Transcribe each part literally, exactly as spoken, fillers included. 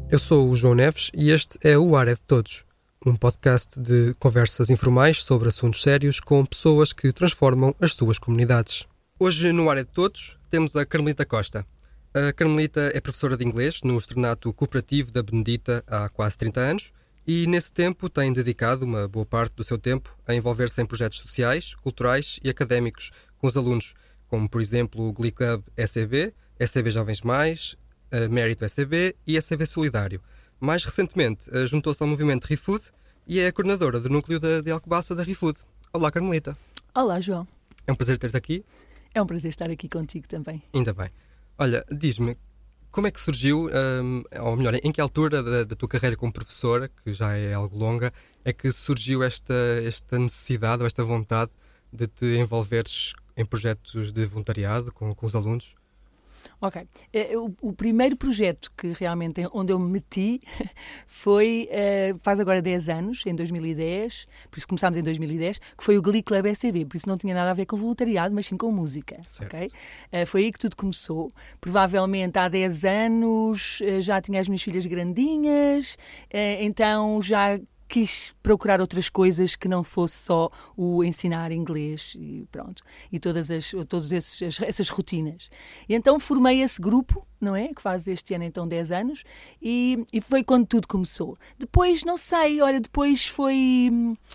Eu sou o João Neves e este é o Ar é de Todos, um podcast de conversas informais sobre assuntos sérios com pessoas que transformam as suas comunidades. Hoje no Ar é de Todos temos a Carmelita Costa. A Carmelita é professora de inglês no Externato Cooperativo da Benedita há quase trinta anos e nesse tempo tem dedicado uma boa parte do seu tempo a envolver-se em projetos sociais, culturais e académicos com os alunos, como por exemplo o Glee Club S E B, S E B Jovens Mais, a Mérito S E B e S E B Solidário. Mais recentemente, juntou-se ao movimento ReFood e é a coordenadora do núcleo de, de Alcobaça da ReFood. Olá, Carmelita. Olá, João. É um prazer ter-te aqui. É um prazer estar aqui contigo também. Ainda bem. Olha, diz-me, como é que surgiu, um, ou melhor, em que altura da, da tua carreira como professora, que já é algo longa, é que surgiu esta, esta necessidade ou esta vontade de te envolveres em projetos de voluntariado com, com os alunos? Ok. O, o primeiro projeto que realmente onde eu me meti foi, uh, faz agora dez anos, em dois mil e dez, por isso começámos em dois mil e dez, que foi o Glee Club S E B, por isso não tinha nada a ver com voluntariado, mas sim com música. Okay? Uh, foi aí que tudo começou. Provavelmente há dez anos uh, já tinha as minhas filhas grandinhas, uh, então já quis procurar outras coisas que não fosse só o ensinar inglês e pronto, e todas as, todas esses, essas rotinas. E então formei esse grupo, não é? Que faz este ano então dez anos, e, e foi quando tudo começou. Depois, não sei, olha, depois foi...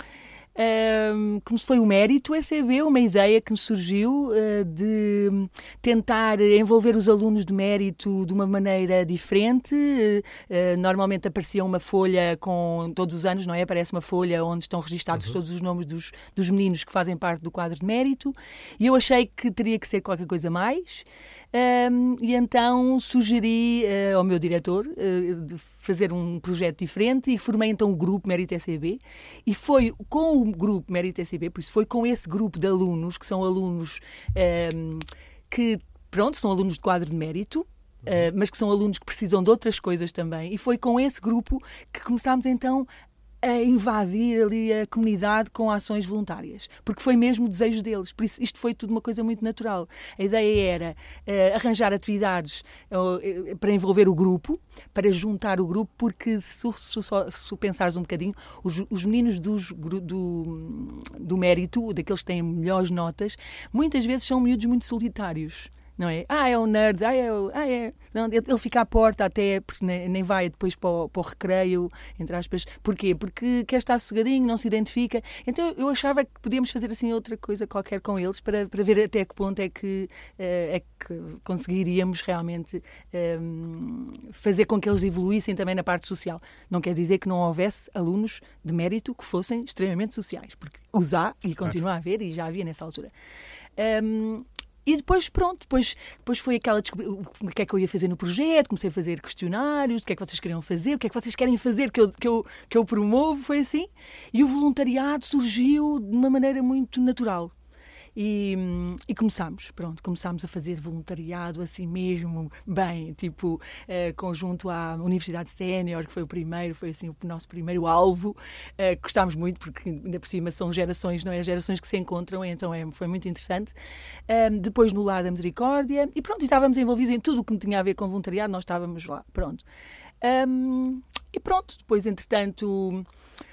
Um, como se foi o Mérito S E B, uma ideia que nos surgiu uh, de tentar envolver os alunos de Mérito de uma maneira diferente. Uh, normalmente aparecia uma folha com todos os anos, não é? Aparece uma folha onde estão registados uhum. todos os nomes dos, dos meninos que fazem parte do quadro de Mérito, e eu achei que teria que ser qualquer coisa mais. Um, e então sugeri uh, ao meu diretor uh, de fazer um projeto diferente e formei então o grupo Mérito S E B, e foi com o grupo Mérito S E B, por isso foi com esse grupo de alunos, que são alunos um, que, pronto, são alunos de quadro de Mérito, uh, mas que são alunos que precisam de outras coisas também, e foi com esse grupo que começámos então a invadir ali a comunidade com ações voluntárias, porque foi mesmo o desejo deles, por isso isto foi tudo uma coisa muito natural. A ideia era uh, arranjar atividades uh, para envolver o grupo, para juntar o grupo, porque se, se, se pensares um bocadinho, os, os meninos dos, do, do Mérito, daqueles que têm melhores notas, muitas vezes são miúdos muito solitários. Não é? Ah, é um nerd, ah, é... Ah, é. Não, ele fica à porta até, porque nem vai depois para o, para o recreio, entre aspas. Porquê? Porque quer estar sossegadinho, não se identifica. Então eu achava que podíamos fazer assim outra coisa qualquer com eles, para, para ver até que ponto é que, uh, é que conseguiríamos realmente um, fazer com que eles evoluíssem também na parte social. Não quer dizer que não houvesse alunos de Mérito que fossem extremamente sociais, porque os há e continua a haver, e já havia nessa altura. Um, E depois, pronto, depois, depois foi aquela descoberta, o que é que eu ia fazer no projeto, comecei a fazer questionários, o que é que vocês queriam fazer, o que é que vocês querem fazer que eu, que eu, que eu promovo, foi assim. E o voluntariado surgiu de uma maneira muito natural. E, e começámos, pronto, começámos a fazer voluntariado assim mesmo, bem, tipo, uh, conjunto à Universidade Sénior, que foi o primeiro, foi assim o nosso primeiro alvo. Uh, gostámos muito, porque ainda por cima são gerações, não é? Gerações que se encontram, então é, foi muito interessante. Um, depois no Lar da Misericórdia, e pronto, e estávamos envolvidos em tudo o que tinha a ver com voluntariado, nós estávamos lá, pronto. Um, e pronto, depois, entretanto,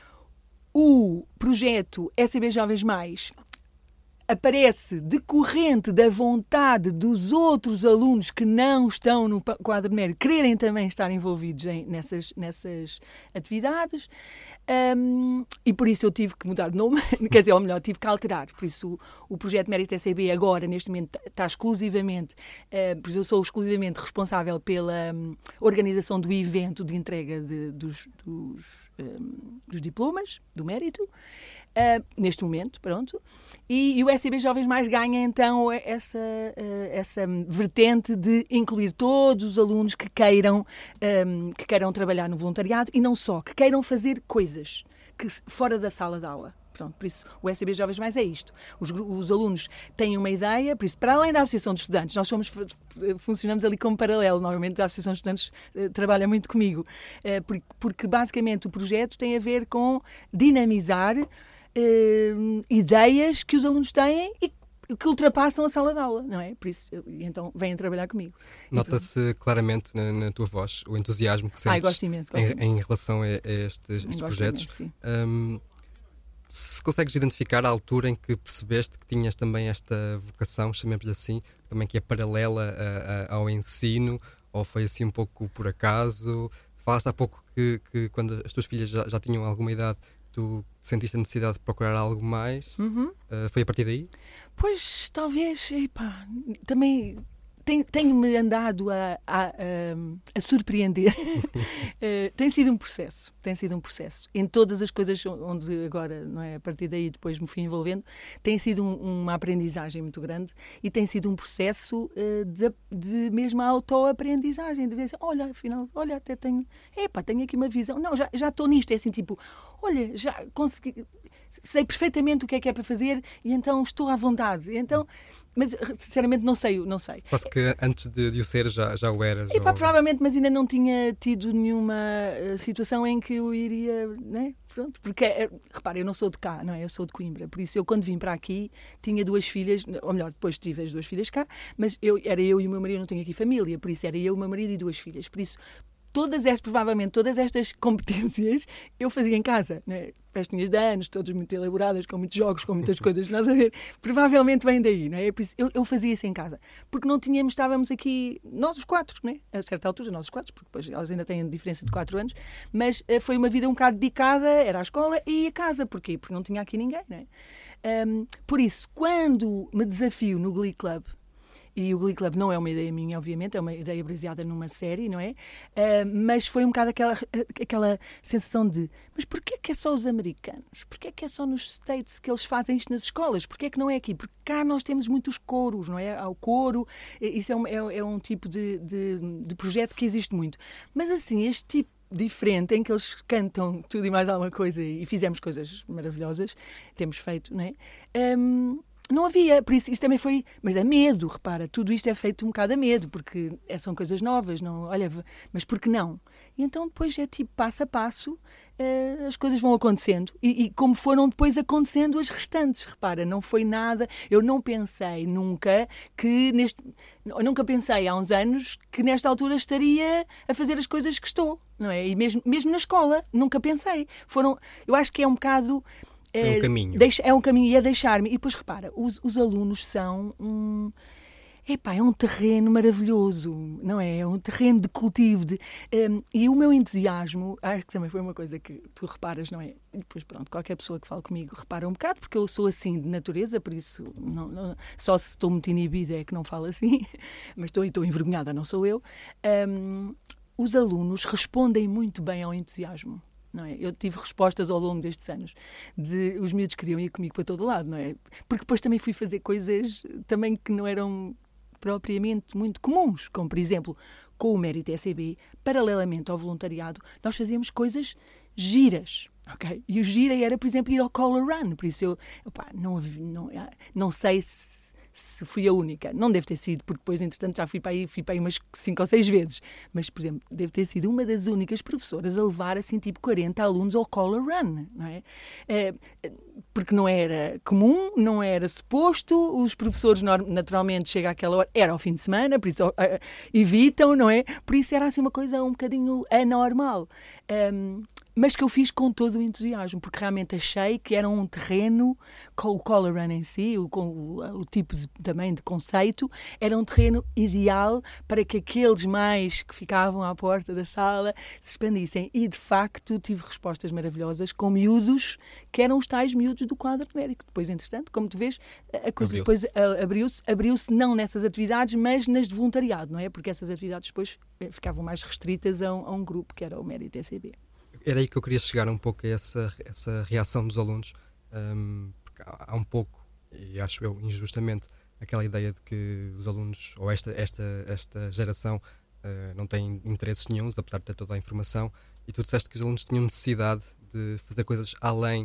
o projeto S E B Jovens Mais aparece decorrente da vontade dos outros alunos que não estão no quadro de Mérito quererem também estar envolvidos em, nessas, nessas atividades, um, e por isso eu tive que mudar de nome, quer dizer, ou melhor, tive que alterar. Por isso o, o projeto Mérito S E B agora, neste momento, está exclusivamente, uh, por isso eu sou exclusivamente responsável pela um, organização do evento de entrega de, dos, dos, um, dos diplomas do Mérito, uh, neste momento, pronto. E, e o S E B Jovens Mais ganha, então, essa, uh, essa vertente de incluir todos os alunos que queiram, um, que queiram trabalhar no voluntariado, e não só, que queiram fazer coisas que, fora da sala de aula. Pronto, por isso, o S E B Jovens Mais é isto. Os, os alunos têm uma ideia, por isso, para além da Associação de Estudantes, nós somos, funcionamos ali como paralelo. Normalmente a Associação de Estudantes uh, trabalha muito comigo, uh, porque, porque basicamente o projeto tem a ver com dinamizar Uh, ideias que os alunos têm e que ultrapassam a sala de aula, não é? Por isso, e então vêm trabalhar comigo. Nota-se claramente na, na tua voz o entusiasmo que Ai, sentes gosto imenso, gosto em, imenso. em relação a, a estes, estes Gosto projetos. imenso, sim. Um, se consegues identificar a altura em que percebeste que tinhas também esta vocação, chamemos-lhe assim, também que é paralela a, a, ao ensino, ou foi assim um pouco por acaso? Falaste há pouco que, que quando as tuas filhas já, já tinham alguma idade, tu sentiste a necessidade de procurar algo mais. Uhum. Uh, foi a partir daí? Pois, talvez, epá, também tenho- tenho-me andado a, a, a, a surpreender. Eh, tem sido um processo, tem sido um processo. Em todas as coisas onde agora, não é, a partir daí depois me fui envolvendo, tem sido um- uma aprendizagem muito grande e tem sido um processo eh, de, de mesmo autoaprendizagem, de ver assim, olha, afinal, olha, até tenho, epá, tenho aqui uma visão. Não, já já estou nisto, é assim, tipo, olha, já consegui, sei perfeitamente o que é que é para fazer e então estou à vontade. Então, mas sinceramente não sei, não sei. Quase que antes de, de o ser já, já o eras. Epá, ou- provavelmente, mas ainda não tinha tido nenhuma eh, situação em que eu iria, né? Pronto, porque, eh, repara, eu não sou de cá, não é? Eu sou de Coimbra, por isso eu quando vim para aqui tinha duas filhas, ou melhor, depois tive as duas filhas cá, mas eu, era eu e o meu marido, eu não tenho aqui família, por isso era eu, o meu marido e duas filhas, por isso todas estas, provavelmente, todas estas competências eu fazia em casa, né? Festinhas de anos, todas muito elaboradas, com muitos jogos, com muitas coisas, nós a ver. Provavelmente vem daí, não é? Por isso, Eu, eu fazia isso em casa. Porque não tínhamos, estávamos aqui, nós os quatro, né? A certa altura, nós os quatro, porque depois elas ainda têm diferença de quatro anos, mas eh, foi uma vida um bocado dedicada, era a escola e a casa. Porquê? Porque não tinha aqui ninguém, não é? Ahm, por isso, quando me desafio no Glee Club, e o Glee Club não é uma ideia minha, obviamente, é uma ideia baseada numa série, não é? Ah, mas foi um bocado aquela, aquela sensação de mas porquê que é só os americanos? Porquê que é só nos States que eles fazem isto nas escolas? Porquê que não é aqui? Porque cá nós temos muitos coros, não é? Há o coro, isso é um, é, é um tipo de, de, de projeto que existe muito. Mas assim, este tipo diferente, em que eles cantam tudo e mais alguma coisa e fizemos coisas maravilhosas, temos feito, não é? Ahm, não havia, por isso isto também foi, mas dá medo, repara, tudo isto é feito um bocado a medo, porque é- são coisas novas, não, olha, v- mas por que não? E então depois é tipo passo a passo, eh, as coisas vão acontecendo e, e como foram depois acontecendo as restantes, repara, não foi nada, eu não pensei nunca que neste, eu nunca pensei há uns anos que nesta altura estaria a fazer as coisas que estou, não é? E mesmo, mesmo na escola, nunca pensei. Foram, eu acho que é um bocado É um eh, caminho. deixa- é um caminho e é deixar-me. E depois repara, os, os alunos são um. Epá, é um terreno maravilhoso, não é? É um terreno de cultivo. De, um, e o meu entusiasmo, acho que também foi uma coisa que tu reparas, não é? E depois, pronto, qualquer pessoa que fale comigo repara um bocado, porque eu sou assim de natureza, por isso não, não- só se estou muito inibida é que não falo assim, mas estou, estou envergonhada, não sou eu. Um, os alunos respondem muito bem ao entusiasmo. Não é? Eu tive respostas ao longo destes anos de os miúdos queriam ir comigo para todo lado, não é? Porque depois também fui fazer coisas também que não eram propriamente muito comuns, como por exemplo com o Mérito S C B, paralelamente ao voluntariado, nós fazíamos coisas giras, ok? E o gira era, por exemplo, ir ao Color Run, por isso eu, opá, não, havi- não, não sei se se fui a única. Não deve ter sido, porque depois, entretanto, já fui para aí, fui para aí umas cinco ou seis vezes. Mas, por exemplo, deve ter sido uma das únicas professoras a levar, assim, tipo quarenta alunos ao Color Run, não é? Eh, porque não era comum, não era suposto, os professores nor- naturalmente chegam àquela hora, era ao fim de semana, por isso eh, evitam, não é? Por isso era assim uma coisa um bocadinho anormal. Ahm, mas que eu fiz com todo o entusiasmo, porque realmente achei que era um terreno, com o Color Run em si, o, com o, o tipo de, também de conceito, era um terreno ideal para que aqueles mais que ficavam à porta da sala se expandissem. E, de facto, tive respostas maravilhosas com miúdos, que eram os tais miúdos do quadro numérico. Depois, entretanto, como tu vês, a coisa Abriu-se. depois ah, abriu-se, abriu-se não nessas atividades, mas nas de voluntariado, não é? Porque essas atividades depois eh, ficavam mais restritas a um, a um grupo, que era o Mérito S C B. Era aí que eu queria chegar um pouco a essa, essa reação dos alunos, hum, porque há, há um pouco, e acho eu injustamente, aquela ideia de que os alunos, ou esta, esta, esta geração, uh, não têm interesses nenhuns, apesar de ter toda a informação, e tu disseste que os alunos tinham necessidade de fazer coisas além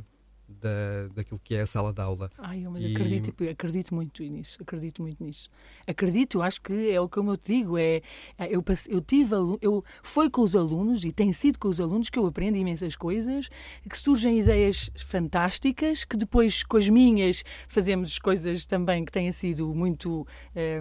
da, daquilo que é a sala de aula. Ai, eu e... acredito, acredito muito nisso, acredito muito nisso. Acredito, acho que é o que eu te digo, é, eu, eu tive, eu, foi com os alunos, e tem sido com os alunos que eu aprendo imensas coisas, que surgem ideias fantásticas, que depois com as minhas fazemos coisas também que têm sido muito, é,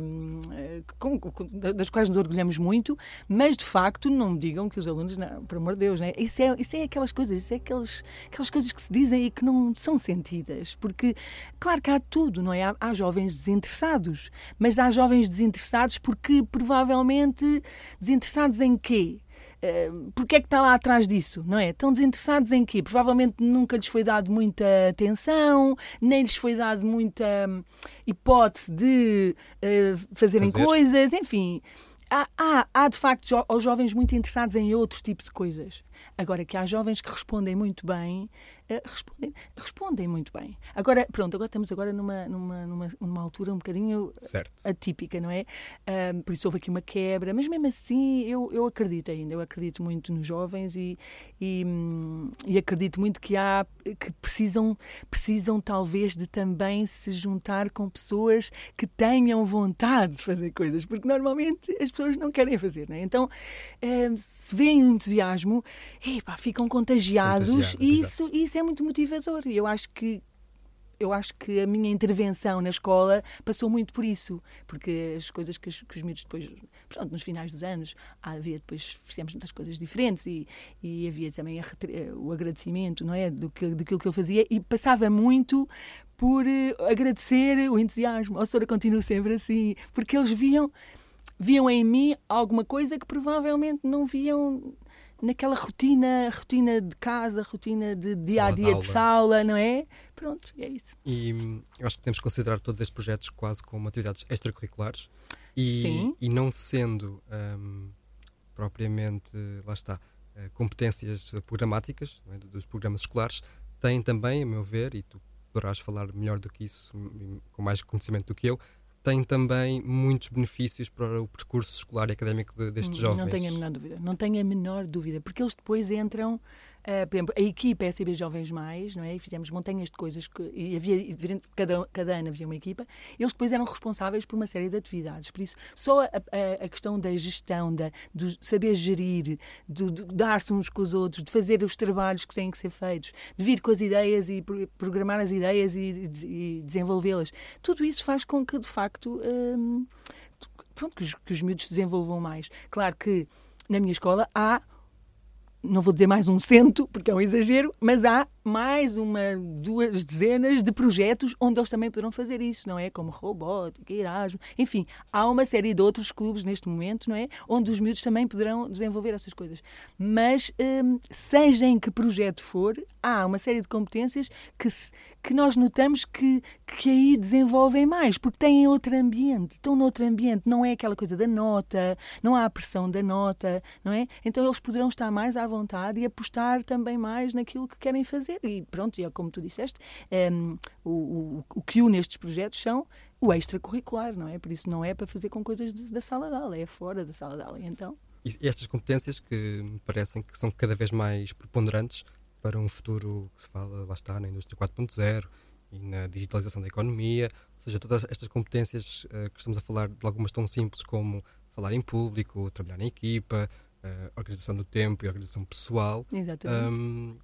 com, com, das quais nos orgulhamos muito, mas de facto não me digam que os alunos, não, por amor de Deus, né? isso, é, isso é aquelas coisas, isso é aquelas, aquelas coisas que se dizem e que não não são sentidas, porque claro que há tudo, não é? Há, há jovens desinteressados, mas há jovens desinteressados porque provavelmente desinteressados em quê? Uh, porque é que está lá atrás disso, não é? Estão desinteressados em quê? Provavelmente nunca lhes foi dado muita atenção, nem lhes foi dado muita um, hipótese de uh, fazerem Fazer. coisas, enfim... Há, há, há, de facto, jo- os jovens muito interessados em outro tipo de coisas. Agora, que há jovens que respondem muito bem, uh, respondem, respondem muito bem. Agora, pronto, agora estamos agora numa, numa, numa, numa altura um bocadinho certo. atípica, não é? Uh, por isso houve aqui uma quebra, mas mesmo assim eu, eu acredito ainda, eu acredito muito nos jovens e, e, e acredito muito que há, que precisam, precisam talvez de também se juntar com pessoas que tenham vontade de fazer coisas, porque normalmente as pessoas não querem fazer, não é? Então, uh, se veem um entusiasmo, epá, ficam contagiados, contagiados e isso, isso é muito motivador. E eu acho que Eu acho que a minha intervenção na escola passou muito por isso, porque as coisas que os, que os miúdos depois, pronto, nos finais dos anos, havia depois, fizemos muitas coisas diferentes e, e havia também a, o agradecimento, não é, do que, daquilo que eu fazia, e passava muito por uh, agradecer o entusiasmo. A senhora continua sempre assim, porque eles viam, viam em mim alguma coisa que provavelmente não viam naquela rotina, rotina de casa, rotina de dia-a-dia de sala, não é? Pronto, é isso. E eu acho que temos que considerar todos estes projetos quase como atividades extracurriculares e, Sim. e não sendo um, propriamente, lá está, uh, competências programáticas, não é, dos programas escolares, têm também, a meu ver, e tu poderás falar melhor do que isso, com mais conhecimento do que eu, tem também muitos benefícios para o percurso escolar e académico de, destes jovens. Não tenho a menor dúvida, não tenho a menor dúvida, porque eles depois entram, uh, por exemplo, a equipa S B Jovens Mais, não é? E fizemos montanhas de coisas, que, e havia, cada, cada ano havia uma equipa, eles depois eram responsáveis por uma série de atividades, por isso só a, a, a questão da gestão, da, do saber gerir, de, de dar-se uns com os outros, de fazer os trabalhos que têm que ser feitos, de vir com as ideias e programar as ideias e, e, e desenvolvê-las, tudo isso faz com que, de facto, Hum, pronto, que os, que os miúdos se desenvolvam mais. Claro que na minha escola há, não vou dizer mais um cento, porque é um exagero, mas há mais uma, duas dezenas de projetos onde eles também poderão fazer isso, não é? Como robótica, Erasmus, enfim, há uma série de outros clubes neste momento, não é? Onde os miúdos também poderão desenvolver essas coisas. Mas, hum, seja em que projeto for, há uma série de competências que, se, que nós notamos que, que aí desenvolvem mais, porque têm outro ambiente, estão noutro ambiente, não é aquela coisa da nota, não há a pressão da nota, não é? Então eles poderão estar mais à vontade e apostar também mais naquilo que querem fazer. E pronto, e é como tu disseste, um, o, o, o que une estes projetos são o extracurricular, não é? Por isso não é para fazer com coisas de, da sala de aula, é fora da sala de aula. Então... E estas competências que me parecem que são cada vez mais preponderantes para um futuro que se fala, lá está, na indústria quatro ponto zero e na digitalização da economia, ou seja, todas estas competências uh, que estamos a falar, de algumas tão simples como falar em público, trabalhar em equipa, uh, organização do tempo e organização pessoal. Exatamente. Um,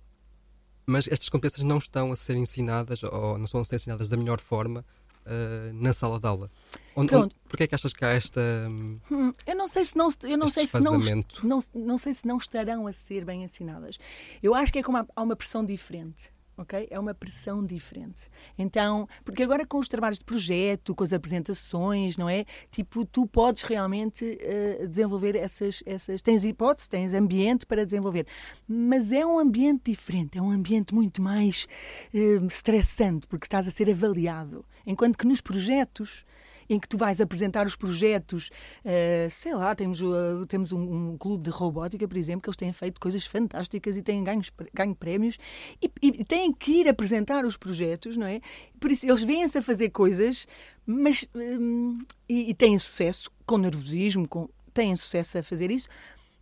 mas estas competências não estão a ser ensinadas ou não estão a ser ensinadas da melhor forma uh, na sala de aula. Onde, onde, porquê é que achas que há esta hum, eu não sei se não eu não sei se não, não não sei se não estarão a ser bem ensinadas. Eu acho que é como há, há uma pressão diferente. Okay? É uma pressão diferente. Então, porque agora com os trabalhos de projeto, com as apresentações, não é? Tipo, tu podes realmente uh, desenvolver essas, essas... Tens hipótese, tens ambiente para desenvolver. Mas é um ambiente diferente, é um ambiente muito mais uh, estressante, porque estás a ser avaliado. Enquanto que nos projetos, em que tu vais apresentar os projetos, uh, sei lá, temos, uh, temos um, um clube de robótica, por exemplo, que eles têm feito coisas fantásticas e têm ganhos, ganho prémios e, e têm que ir apresentar os projetos, não é? Por isso, eles vêm-se a fazer coisas, mas um, e, e têm sucesso, com nervosismo, com, têm sucesso a fazer isso,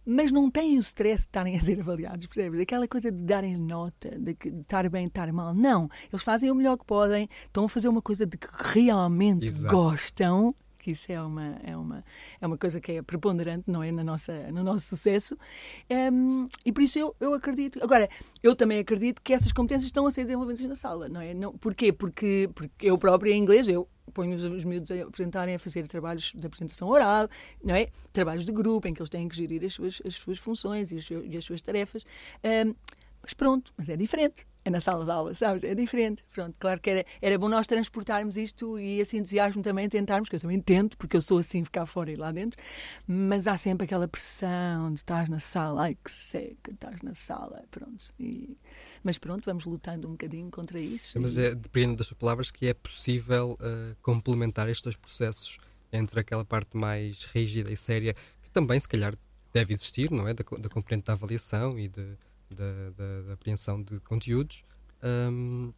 mas não têm o stress de estarem a ser avaliados, percebes? Aquela coisa de darem nota, de, que, de estar bem, de estar mal. Não, eles fazem o melhor que podem, estão a fazer uma coisa de que realmente Exato. Gostam, que isso é uma, é, uma, é uma coisa que é preponderante, não é? Na nossa, no nosso sucesso. Um, e por isso eu, eu acredito. Agora, eu também acredito que essas competências estão a ser desenvolvidas na sala, não é? Não, porquê? Porque, porque eu própria em inglês, eu ponho os, os miúdos a apresentarem, a fazer trabalhos de apresentação oral, não é? Trabalhos de grupo, em que eles têm que gerir as suas, as suas funções e as, e as suas tarefas. Um, mas pronto, mas é diferente. É na sala de aula, sabes? É diferente. Pronto, claro que era, era bom nós transportarmos isto e esse entusiasmo também tentarmos, que eu também tento, porque eu sou assim, ficar fora e lá dentro, mas há sempre aquela pressão de estás na sala, ai que seca, estás na sala, pronto. E, mas pronto, vamos lutando um bocadinho contra isso. Mas é, depreendo das suas palavras que é possível uh, complementar estes dois processos entre aquela parte mais rígida e séria, que também se calhar deve existir, não é? Da, da componente da avaliação e de... Da, da, da apreensão de conteúdos, um,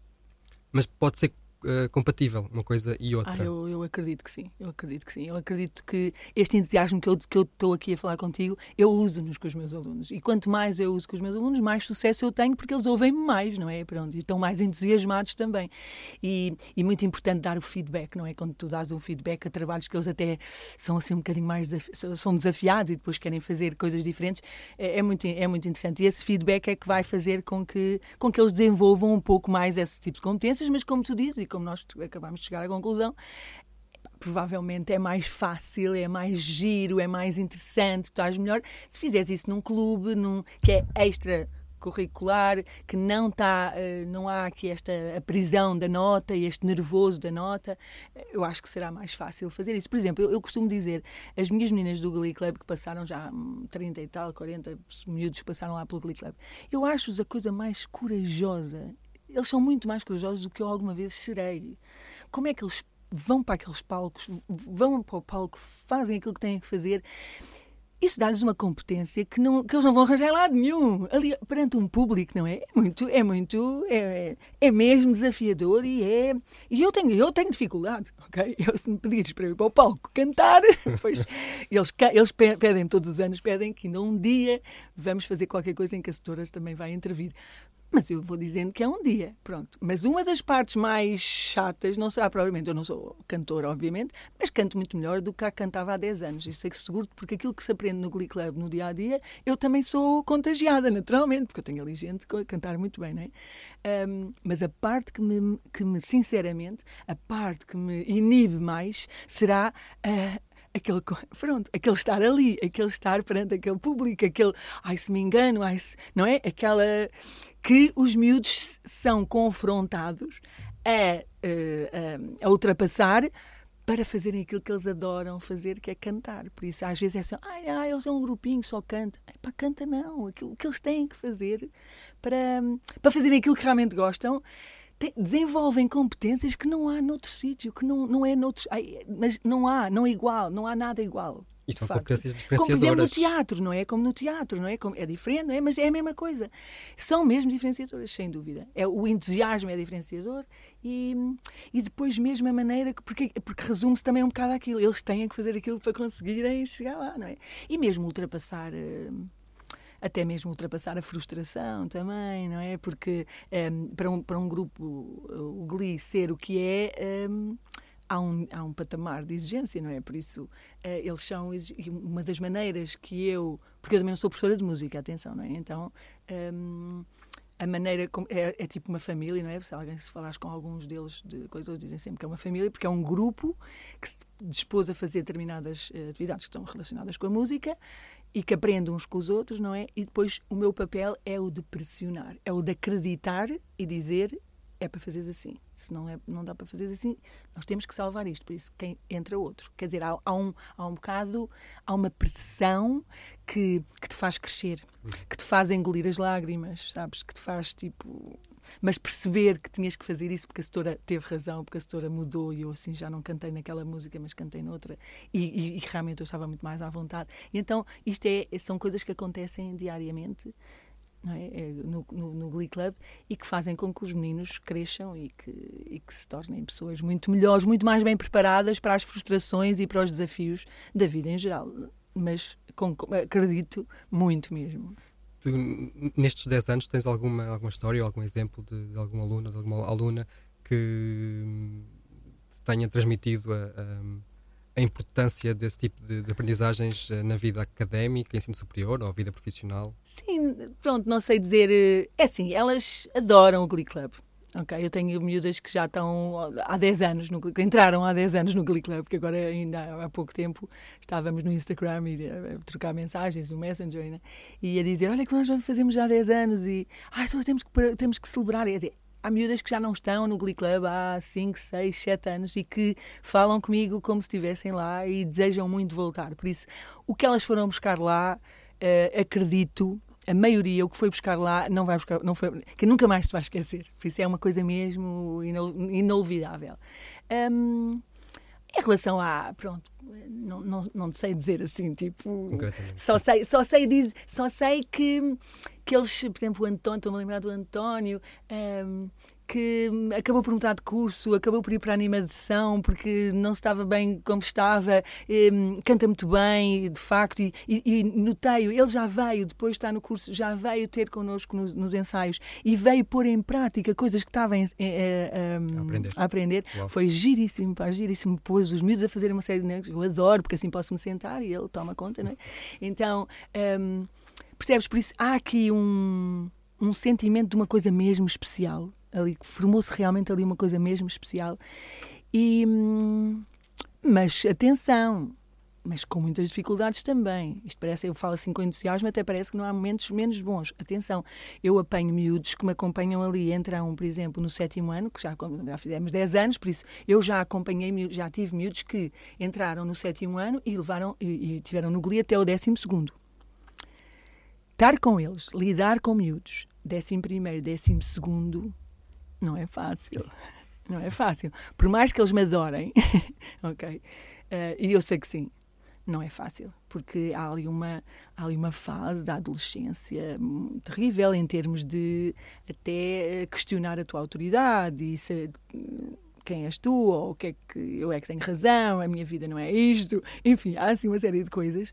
mas pode ser uh, compatível uma coisa e outra. Ah, eu, eu acredito que sim, eu acredito que sim. Eu acredito que este entusiasmo que eu que eu estou aqui a falar contigo, eu uso-nos com os meus alunos. E quanto mais eu uso com os meus alunos, mais sucesso eu tenho, porque eles ouvem-me mais, não é? Pronto, e estão mais entusiasmados também. E, e muito importante dar o feedback, não é? Quando tu dás um feedback a trabalhos que eles até são assim um bocadinho mais desafi- são desafiados e depois querem fazer coisas diferentes, é, é, muito, é muito interessante. E esse feedback é que vai fazer com que, com que eles desenvolvam um pouco mais esse tipo de competências, mas como tu dizes, e como nós acabamos de chegar à conclusão, provavelmente é mais fácil, é mais giro, é mais interessante, estás melhor se fizeres isso num clube, num, que é extra curricular, que não está, não há aqui esta a prisão da nota e este nervoso da nota. Eu acho que será mais fácil fazer isso. Por exemplo, eu, eu costumo dizer, as minhas meninas do Glee Club, que passaram já trinta e tal, quarenta miúdos que passaram lá pelo Glee Club, eu acho-os a coisa mais corajosa. Eles são muito mais corajosos do que eu alguma vez serei. Como é que eles vão para aqueles palcos, vão para o palco, fazem aquilo que têm que fazer? Isso dá-lhes uma competência que, não, que eles não vão arranjar em lado nenhum. Ali, perante um público, não é? É muito, é muito, é, é mesmo desafiador e é... E eu tenho, eu tenho dificuldade, ok? Eu, se me pedires para eu ir para o palco cantar, pois eles, eles pedem todos os anos, pedem que ainda um dia vamos fazer qualquer coisa em que a setora também vai intervir. Mas eu vou dizendo que é um dia, pronto. Mas uma das partes mais chatas não será provavelmente, eu não sou cantora, obviamente, mas canto muito melhor do que a cantava há dez anos. Isso é que seguro, porque aquilo que se aprende no Glee Club no dia-a-dia, eu também sou contagiada, naturalmente, porque eu tenho ali gente a cantar muito bem, não é? Um, mas a parte que me, que me, sinceramente, a parte que me inibe mais será... Uh, Aquele, pronto, aquele estar ali, aquele estar perante aquele público, aquele, ai se me engano, ai se, não é? Aquela que os miúdos são confrontados a, a, a ultrapassar para fazerem aquilo que eles adoram fazer, que é cantar. Por isso, às vezes é assim, ai, ai eles são um grupinho, só canta. É para canta não, aquilo que eles têm que fazer para, para fazerem aquilo que realmente gostam. Desenvolvem competências que não há noutro sítio, que não, não é noutro... Mas não há, não é igual, não há nada igual. E são facto. competências diferenciadoras. Como por exemplo no teatro, não é? Como no teatro, não é? Como, é diferente, não é? Mas é a mesma coisa. São mesmo diferenciadoras, sem dúvida. É, o entusiasmo é diferenciador e, e depois mesmo a maneira... Que, porque porque resume-se também um bocado àquilo. Eles têm que fazer aquilo para conseguirem chegar lá, não é? E mesmo ultrapassar... Uh, até mesmo ultrapassar a frustração também, não é? Porque um, para, um, para um grupo, o Glee ser o que é, um, há, um, há um patamar de exigência, não é? Por isso, uh, eles são... Uma das maneiras que eu... Porque eu também não sou professora de música, atenção, não é? Então... Um, a maneira como, é, é tipo uma família, não é? Se alguém se falares com alguns deles de coisas, eles dizem sempre que é uma família, porque é um grupo que se dispôs a fazer determinadas uh, atividades que estão relacionadas com a música e que aprendem uns com os outros, não é? E depois o meu papel é o de pressionar, é o de acreditar e dizer é para fazeres assim. Se não, é, não dá para fazer assim, nós temos que salvar isto. Por isso, quem entra outro. Quer dizer, há, há, um, há um bocado, há uma pressão que, que te faz crescer, que te faz engolir as lágrimas, sabes? Que te faz, tipo... Mas perceber que tinhas que fazer isso porque a setora teve razão, porque a setora mudou e eu assim já não cantei naquela música, mas cantei noutra. E, e, e realmente eu estava muito mais à vontade. E então, isto é, são coisas que acontecem diariamente, não é? no, no, no Glee Club e que fazem com que os meninos cresçam e que, e que se tornem pessoas muito melhores, muito mais bem preparadas para as frustrações e para os desafios da vida em geral. mas com, acredito muito mesmo. Tu, nestes dez anos, tens alguma, alguma história ou algum exemplo de, de algum aluno ou de alguma aluna que te tenha transmitido a, a, a importância desse tipo de, de aprendizagens na vida académica, ensino superior ou vida profissional? Sim, pronto, não sei dizer... É assim, elas adoram o Glee Club. Ok, eu tenho miúdas que já estão há dez anos, no, que entraram há dez anos no Glee Club, porque agora ainda há pouco tempo estávamos no Instagram e a, a trocar mensagens, no Messenger, né? E a dizer, olha que nós fazemos já há dez anos e ah, só temos que, temos que celebrar. E, dizer, há miúdas que já não estão no Glee Club há cinco, seis, sete anos e que falam comigo como se estivessem lá e desejam muito voltar. Por isso, o que elas foram buscar lá, uh, acredito... A maioria, o que foi buscar lá, não vai buscar, não foi, que nunca mais se vai esquecer. Por isso é uma coisa mesmo inolvidável. Um, em relação a, pronto, não, não, não sei dizer assim, tipo... Só sei, só sei, diz, só sei que, que eles, por exemplo, o António, estou-me a lembrar do António... Um, que acabou por mudar de curso, acabou por ir para a animação porque não estava bem como estava, um, canta muito bem, de facto, e, e, e notei-o, ele já veio, depois de estar no curso, já veio ter connosco nos, nos ensaios e veio pôr em prática coisas que estava em, eh, eh, um, a aprender. A aprender. Foi giríssimo, pá, giríssimo, pôs os miúdos a fazer uma série de negócios, eu adoro, porque assim posso-me sentar e ele toma conta, não é? Então, um, percebes, por isso há aqui um, um sentimento de uma coisa mesmo especial, ali, formou-se realmente ali uma coisa mesmo especial. E, mas, atenção, mas com muitas dificuldades também. Isto parece, eu falo assim com entusiasmo, até parece que não há momentos menos bons. Atenção, eu apanho miúdos que me acompanham ali, entram, por exemplo, no sétimo ano, que já, já fizemos dez anos, por isso eu já acompanhei, já tive miúdos que entraram no sétimo ano e, levaram, e, e tiveram no Glee até o décimo segundo. Estar com eles, lidar com miúdos, décimo primeiro, décimo segundo... Não é fácil, não é fácil. Por mais que eles me adorem, ok? Uh, e eu sei que sim, não é fácil, porque há ali uma, há ali uma fase da adolescência terrível em termos de até questionar a tua autoridade e se, quem és tu, ou o que é que eu é que tenho razão, a minha vida não é isto, enfim, há assim uma série de coisas.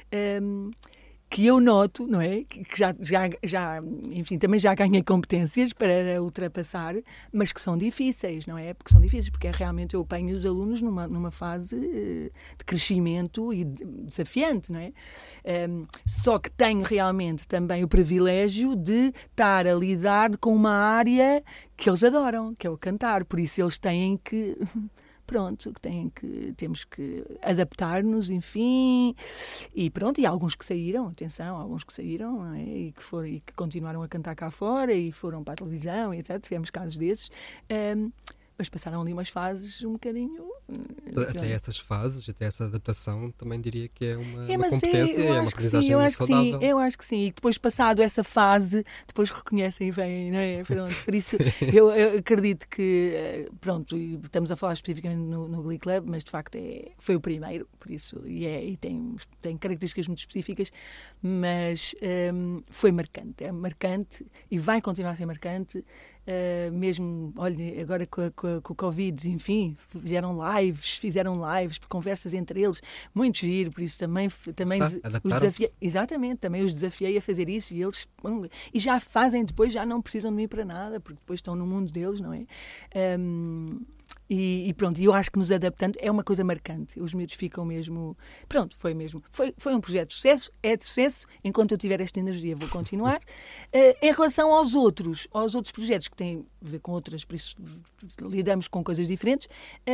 Um, que eu noto, não é? Que já, já, já, enfim, também já ganhei competências para ultrapassar, mas que são difíceis, não é? Porque são difíceis, porque é realmente eu apanho os alunos numa, numa fase de crescimento e de, desafiante, não é? Um, só que tenho realmente também o privilégio de estar a lidar com uma área que eles adoram, que é o cantar, por isso eles têm que... Pronto, que têm que, temos que adaptar-nos, enfim, e pronto, e há alguns que saíram, atenção, alguns que saíram, não é? e, que foram, e que continuaram a cantar cá fora e foram para a televisão, e etcétera. Tivemos casos desses, um, mas passaram ali umas fases um bocadinho... Até pronto. Essas fases, até essa adaptação, também diria que é uma, é, uma competência, é, é uma aprendizagem eu saudável. Sim, eu acho que sim, e depois passado essa fase, depois reconhecem e vêm, não é? Pronto, por isso eu, eu acredito que, pronto, estamos a falar especificamente no, no Glee Club, mas de facto é, foi o primeiro, por isso, e, é, e tem, tem características muito específicas, mas um, foi marcante, é marcante e vai continuar a ser marcante. Uh, mesmo, olha, agora com, a, com, a, com o Covid, enfim, fizeram lives, fizeram lives, conversas entre eles, muito giro, por isso também, também ah, os desafiei, exatamente, também os desafiei a fazer isso e eles, e já fazem depois, já não precisam de mim para nada, porque depois estão no mundo deles, não é? Um, E, e pronto, eu acho que nos adaptando é uma coisa marcante. Os miúdos ficam mesmo... Pronto, foi mesmo. Foi, foi um projeto de sucesso, é de sucesso. Enquanto eu tiver esta energia, vou continuar. Uh, em relação aos outros, aos outros projetos que têm a ver com outras, por isso lidamos com coisas diferentes,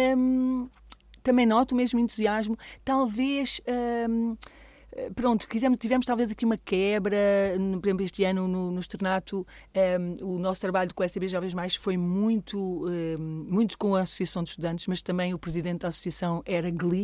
um, também noto o mesmo entusiasmo. Talvez... Um, Pronto, quisemos, tivemos talvez aqui uma quebra, por exemplo, este ano no, no Externato, um, o nosso trabalho com o S B Jovens Mais foi muito, um, muito com a Associação de Estudantes, mas também o presidente da associação era Glee,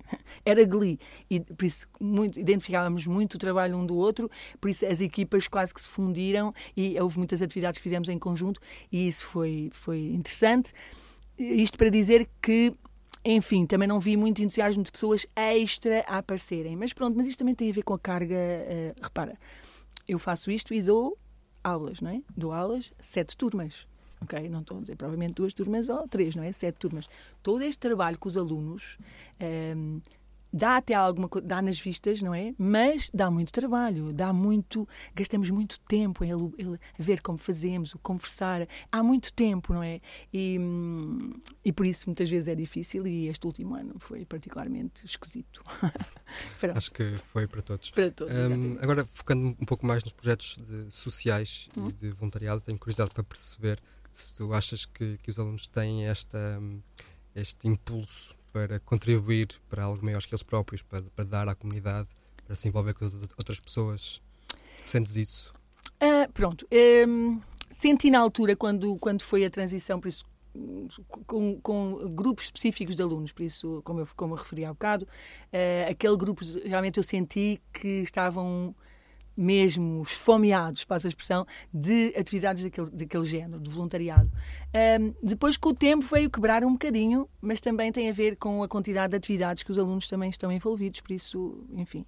era Glee, e por isso muito, identificávamos muito o trabalho um do outro, por isso as equipas quase que se fundiram e houve muitas atividades que fizemos em conjunto e isso foi, foi interessante. Isto para dizer que enfim, também não vi muito entusiasmo de pessoas extra a aparecerem. Mas pronto, mas isto também tem a ver com a carga... Uh, repara, eu faço isto e dou aulas, não é? Dou aulas, sete turmas. Ok? Não estou a dizer provavelmente duas turmas ou três, não é? Sete turmas. Todo este trabalho com os alunos... Um, dá até alguma coisa, dá nas vistas, não é? Mas dá muito trabalho, dá muito, gastamos muito tempo em ele, ele, a ver como fazemos, o conversar, há muito tempo, não é? E, e por isso muitas vezes é difícil e este último ano foi particularmente esquisito. Acho que foi para todos. Para todos, um, agora, focando um pouco mais nos projetos de, sociais hum. e de voluntariado, tenho curiosidade para perceber se tu achas que, que os alunos têm esta, este impulso para contribuir para algo maior que eles próprios, para, para dar à comunidade, para se envolver com as outras pessoas. Sentes isso? Uh, pronto. Um, senti na altura, quando, quando foi a transição, por isso, com, com grupos específicos de alunos, por isso, como eu, como eu referi há bocado, uh, aquele grupo, realmente eu senti que estavam mesmo esfomeados, passa a expressão, de atividades daquele, daquele género, de voluntariado. Um, depois, com o tempo, veio quebrar um bocadinho, mas também tem a ver com a quantidade de atividades que os alunos também estão envolvidos, por isso, enfim.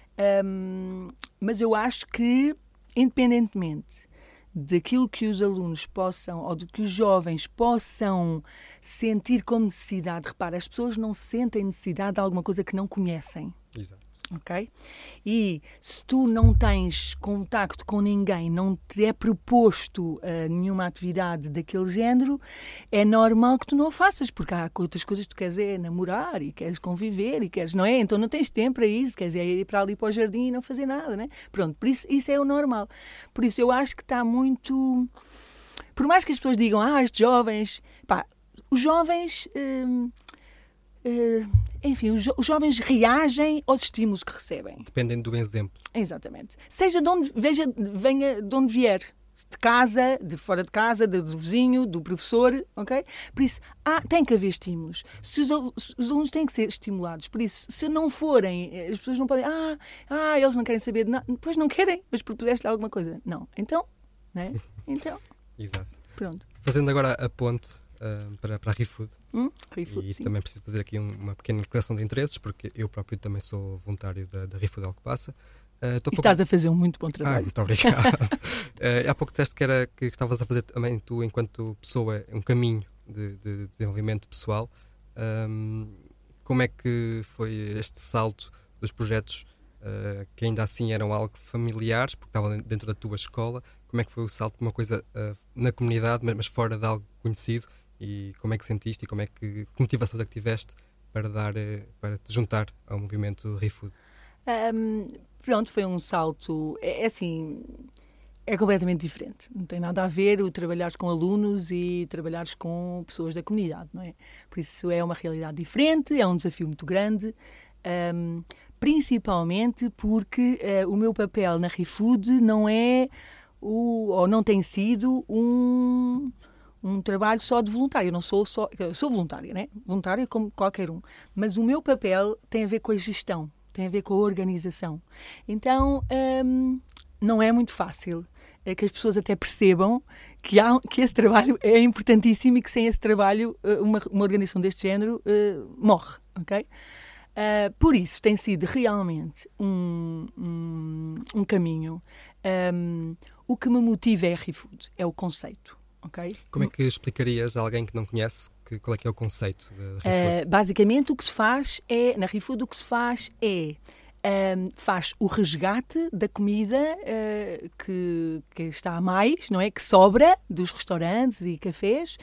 Um, mas eu acho que, independentemente daquilo que os alunos possam, ou do que os jovens possam sentir como necessidade, repara, as pessoas não sentem necessidade de alguma coisa que não conhecem. Exato. Ok? E se tu não tens contacto com ninguém, não te é proposto uh, nenhuma atividade daquele género, é normal que tu não a faças, porque há outras coisas que tu queres é namorar e queres conviver e queres, não é? Então não tens tempo para isso, queres é ir para ali para o jardim e não fazer nada, não é? Pronto, por isso, isso é o normal. Por isso eu acho que está muito... Por mais que as pessoas digam, ah, estes jovens... Pá, os jovens... Hum, Uh, enfim, os, jo- os jovens reagem aos estímulos que recebem. Dependem do exemplo. Exatamente. Seja de onde, veja, venha de onde vier. De casa, de fora de casa, de, do vizinho, do professor, ok? Por isso, há, tem que haver estímulos. Se os, os alunos têm que ser estimulados. Por isso, se não forem, as pessoas não podem... Ah, ah eles não querem saber de nada. Pois não querem, mas propuseste alguma coisa. Não. Então, né? Então... Exato. Pronto. Fazendo agora a ponte... Uh, para, para a ReFood. Hum, ReFood, e sim. Também preciso fazer aqui um, uma pequena declaração de interesses, porque eu próprio também sou voluntário da, da ReFood Alcobaça. Uh, e pouco... estás a fazer um muito bom trabalho. Ah, muito obrigado. uh, há pouco disseste que, era, que estavas a fazer também tu, enquanto pessoa, um caminho de, de desenvolvimento pessoal. Um, como é que foi este salto dos projetos uh, que ainda assim eram algo familiares, porque estavam dentro da tua escola? Como é que foi o salto de uma coisa uh, na comunidade, mas fora de algo conhecido? E como é que sentiste e como é que, que motivações é que tiveste para, dar, para te juntar ao movimento ReFood? Um, pronto, foi um salto, é, é assim, é completamente diferente. Não tem nada a ver o trabalhares com alunos e trabalhares com pessoas da comunidade, não é? Por isso é uma realidade diferente, é um desafio muito grande, um, principalmente porque uh, o meu papel na ReFood não é, o, ou não tem sido um... um trabalho só de voluntário. Eu não sou só... Eu sou voluntária, né? Voluntária como qualquer um. Mas o meu papel tem a ver com a gestão, tem a ver com a organização. Então, hum, não é muito fácil é que as pessoas até percebam que, há, que esse trabalho é importantíssimo e que sem esse trabalho uma, uma organização deste género uh, morre, ok? Uh, por isso, tem sido realmente um, um, um caminho. Um, o que me motiva é a ReFood, é o conceito. Okay. Como é que explicarias a alguém que não conhece que, qual é que é o conceito da ReFood? Uh, basicamente o que se faz é, na ReFood o que se faz é um, faz o resgate da comida uh, que, que está a mais, não é? Que sobra dos restaurantes e cafés.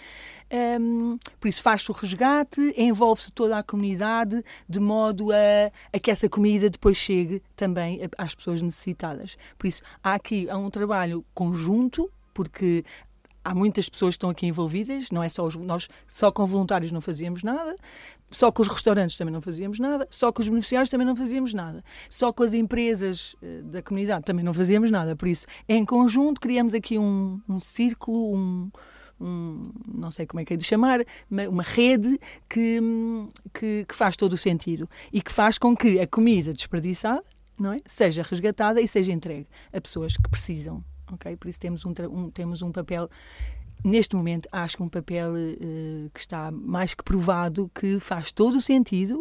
Um, por isso faz-se o resgate, envolve-se toda a comunidade de modo a, a que essa comida depois chegue também às pessoas necessitadas. Por isso há aqui há um trabalho conjunto, porque há muitas pessoas que estão aqui envolvidas, não é só os, nós só com voluntários não fazíamos nada, só com os restaurantes também não fazíamos nada, só com os beneficiários também não fazíamos nada, só com as empresas uh, da comunidade também não fazíamos nada. Por isso, em conjunto, criamos aqui um, um círculo, um, um, não sei como é que é de chamar, uma, uma rede que, que, que faz todo o sentido e que faz com que a comida desperdiçada, não é, seja resgatada e seja entregue a pessoas que precisam. Okay? Por isso temos um, um, temos um papel, neste momento acho que um papel uh, que está mais que provado, que faz todo o sentido,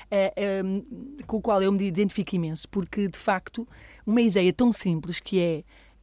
uh, um, com o qual eu me identifico imenso, porque de facto uma ideia tão simples que é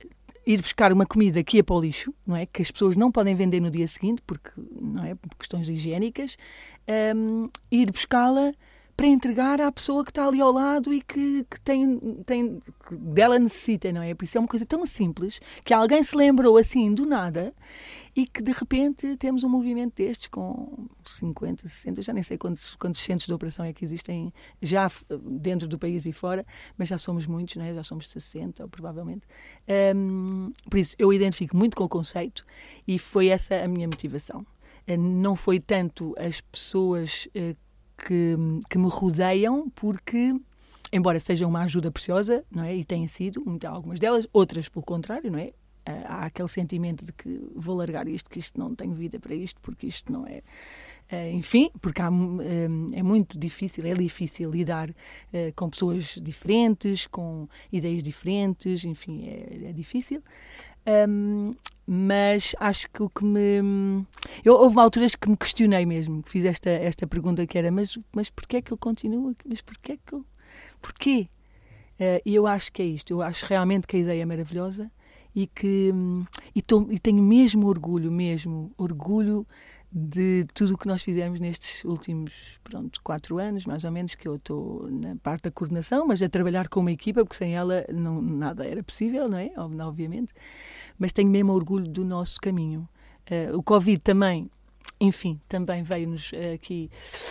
ir buscar uma comida que é para o lixo, não é? Que as pessoas não podem vender no dia seguinte porque, não é? Por questões higiênicas, um, ir buscá-la para entregar à pessoa que está ali ao lado e que, que, tem, tem, que dela necessita, não é? Por isso é uma coisa tão simples que alguém se lembrou assim do nada e que de repente temos um movimento destes com cinquenta, sessenta, já nem sei quantos, quantos centros de operação é que existem já dentro do país e fora, mas já somos muitos, não é? Já somos sessenta, ou provavelmente. Um, por isso eu identifico muito com o conceito e foi essa a minha motivação. Não foi tanto as pessoas uh, que, que me rodeiam, porque, embora seja uma ajuda preciosa, não é? E tenha sido, muitas, algumas delas, outras pelo contrário, não é? Há aquele sentimento de que vou largar isto, que isto não tenho vida para isto, porque isto não é... Enfim, porque há, é muito difícil, é difícil lidar com pessoas diferentes, com ideias diferentes, enfim, é, é difícil. Um, mas acho que o que me... Eu, houve alturas que me questionei mesmo, fiz esta, esta pergunta que era, mas, mas porquê é que eu continuo? Mas porquê é que eu... Porquê? Uh, e eu acho que é isto, eu acho realmente que a ideia é maravilhosa e que e, tô, e tenho mesmo orgulho, mesmo orgulho de tudo o que nós fizemos nestes últimos, pronto, quatro anos, mais ou menos, que eu estou na parte da coordenação, mas a trabalhar com uma equipa, porque sem ela não, nada era possível, não é? Obviamente. Mas tenho mesmo orgulho do nosso caminho. Uh, o Covid também, enfim, também veio-nos uh, aqui,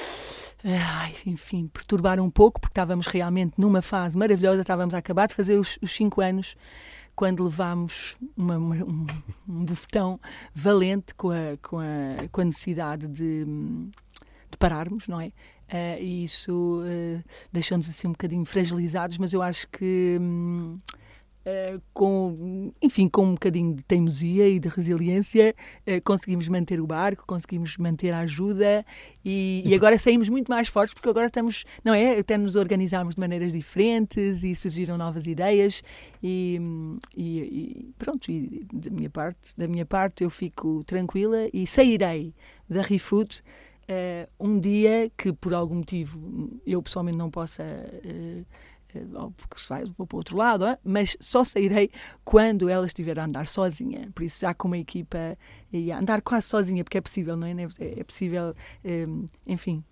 uh, enfim, perturbar um pouco, porque estávamos realmente numa fase maravilhosa, estávamos a acabar de fazer os, os cinco anos, quando levámos uma, uma, um, um bufetão valente com a, com a, com a necessidade de, de pararmos, não é? Uh, e isso uh, deixou-nos assim um bocadinho fragilizados, mas eu acho que, um, uh, com, enfim, com um bocadinho de teimosia e de resiliência, uh, conseguimos manter o barco, conseguimos manter a ajuda e, e agora saímos muito mais fortes, porque agora estamos, não é? Até nos organizarmos de maneiras diferentes e surgiram novas ideias e, e, e pronto, e da minha parte, da minha parte eu fico tranquila e sairei da ReFood uh, um dia que por algum motivo eu pessoalmente não possa... Uh, porque se vai, vou para o outro lado, hein? Mas só sairei quando ela estiver a andar sozinha, por isso já com uma equipa e a andar quase sozinha, porque é possível, não é? É possível, enfim,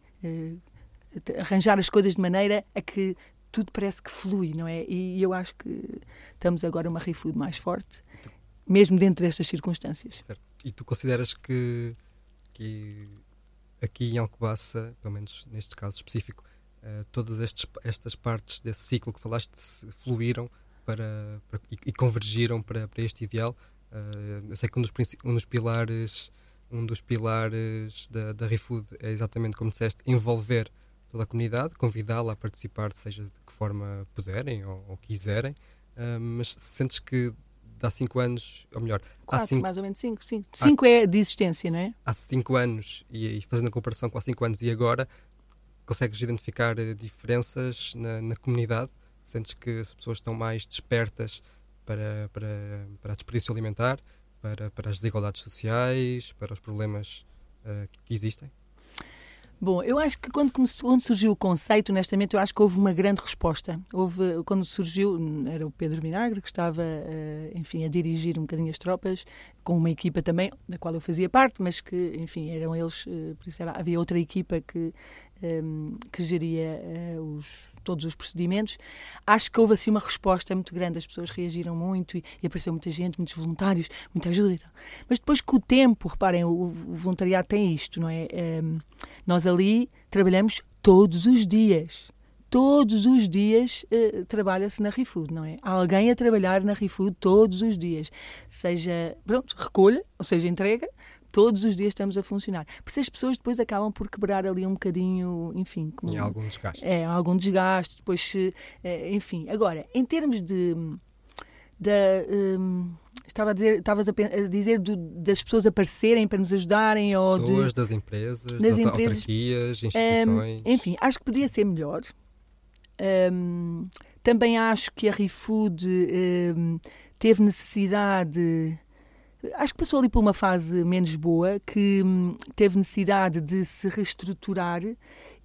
arranjar as coisas de maneira a que tudo parece que flui, não é? E eu acho que estamos agora uma ReFood mais forte, mesmo dentro destas circunstâncias. Certo. E tu consideras que, que aqui em Alcobaça, pelo menos neste caso específico, Uh, todas estes, estas partes desse ciclo que falaste fluíram para, para, e, e convergiram para, para este ideal? Uh, eu sei que um dos, um dos pilares, um dos pilares da, da ReFood é exatamente como disseste, envolver toda a comunidade, convidá-la a participar, seja de que forma puderem ou, ou quiserem, uh, mas sentes que há cinco anos, ou melhor... Quatro, há cinco, mais ou menos cinco. Cinco, cinco há, é de existência, não é? Há cinco anos, e, e fazendo a comparação com há cinco anos e agora, consegues identificar diferenças na, na comunidade? Sentes que as pessoas estão mais despertas para, para, para a desperdício alimentar, para, para as desigualdades sociais, para os problemas uh, que existem? Bom, eu acho que quando, começou, quando surgiu o conceito, honestamente, eu acho que houve uma grande resposta. Houve, quando surgiu, era o Pedro Vinagre que estava, uh, enfim, a dirigir um bocadinho as tropas, com uma equipa também, da qual eu fazia parte, mas que, enfim, eram eles, uh, por isso era, havia outra equipa que, um, que geria uh, os, todos os procedimentos. Acho que houve assim uma resposta muito grande, as pessoas reagiram muito e, e apareceu muita gente, muitos voluntários, muita ajuda e tal. Mas depois com o tempo, reparem, o, o voluntariado tem isto, não é? Um, nós ali trabalhamos todos os dias. Todos os dias uh, trabalha-se na ReFood, não é? Há alguém a trabalhar na ReFood todos os dias. Seja, pronto, recolha, ou seja, entrega, todos os dias estamos a funcionar. Por isso as pessoas depois acabam por quebrar ali um bocadinho, enfim... Sim, há algum desgaste. É, há algum desgaste, depois, uh, enfim. Agora, em termos de... de um, estava a dizer, estavas a, a dizer do, das pessoas aparecerem para nos ajudarem ou pessoas, de... das empresas, das, das empresas, autarquias, instituições... Um, enfim, acho que poderia ser melhor. Um, também acho que a ReFood um, teve necessidade, acho que passou ali por uma fase menos boa, que um, teve necessidade de se reestruturar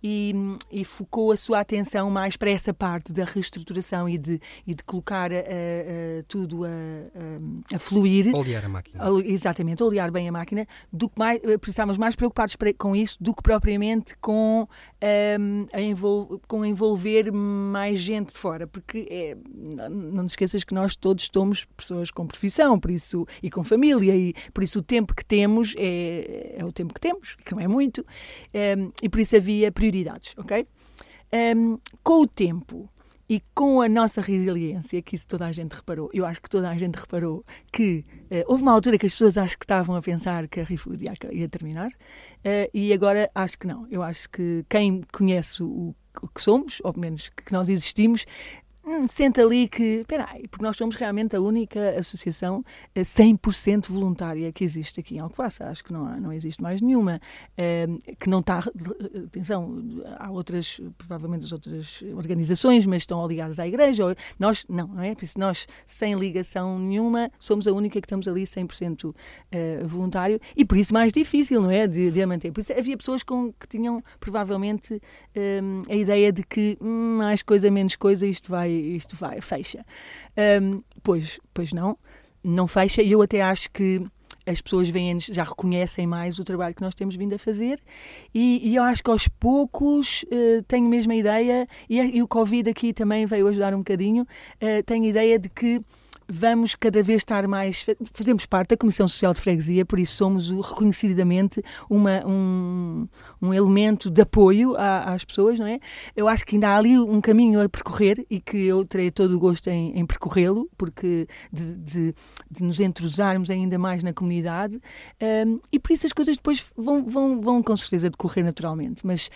e, e focou a sua atenção mais para essa parte da reestruturação e de, e de colocar a, a, tudo a, a, a fluir. Olear a máquina. A, exatamente, olear bem a máquina. Do que mais, estávamos mais preocupados com isso do que propriamente com, um, a envol, com envolver mais gente de fora, porque é, não te esqueças que nós todos somos pessoas com profissão, por isso, e com família, e por isso o tempo que temos é, é o tempo que temos, que não é muito, um, e por isso havia prioridades, ok? Um, com o tempo e com a nossa resiliência, que isso toda a gente reparou, eu acho que toda a gente reparou que uh, houve uma altura que as pessoas acho que estavam a pensar que a ReFood ia, ia terminar, uh, e agora acho que não. Eu acho que quem conhece o, o que somos, ou pelo menos que nós existimos, Hum, sente ali que, espera aí, porque nós somos realmente a única associação cem por cento voluntária que existe aqui em Alcobaça. Acho que não, há, não existe mais nenhuma, uh, que não está, atenção, há outras, provavelmente as outras organizações, mas estão ligadas à igreja. Ou, nós, não, não é? Por isso nós, sem ligação nenhuma, somos a única que estamos ali cem por cento uh, voluntário e por isso mais difícil, não é? De, de a manter. Por isso havia pessoas com, que tinham, provavelmente, um, a ideia de que hum, mais coisa, menos coisa, isto vai isto vai, fecha. Um, pois, pois não, não fecha, e eu até acho que as pessoas vêm, já reconhecem mais o trabalho que nós temos vindo a fazer, e, e eu acho que aos poucos uh, tenho mesmo a ideia, e, e o Covid aqui também veio ajudar um bocadinho, uh, tenho a ideia de que vamos cada vez estar mais... Fazemos parte da Comissão Social de Freguesia, por isso somos reconhecidamente uma, um, um elemento de apoio à, às pessoas, não é? Eu acho que ainda há ali um caminho a percorrer e que eu terei todo o gosto em, em percorrê-lo, porque de, de, de nos entrosarmos ainda mais na comunidade, um, e por isso as coisas depois vão, vão, vão com certeza decorrer naturalmente, mas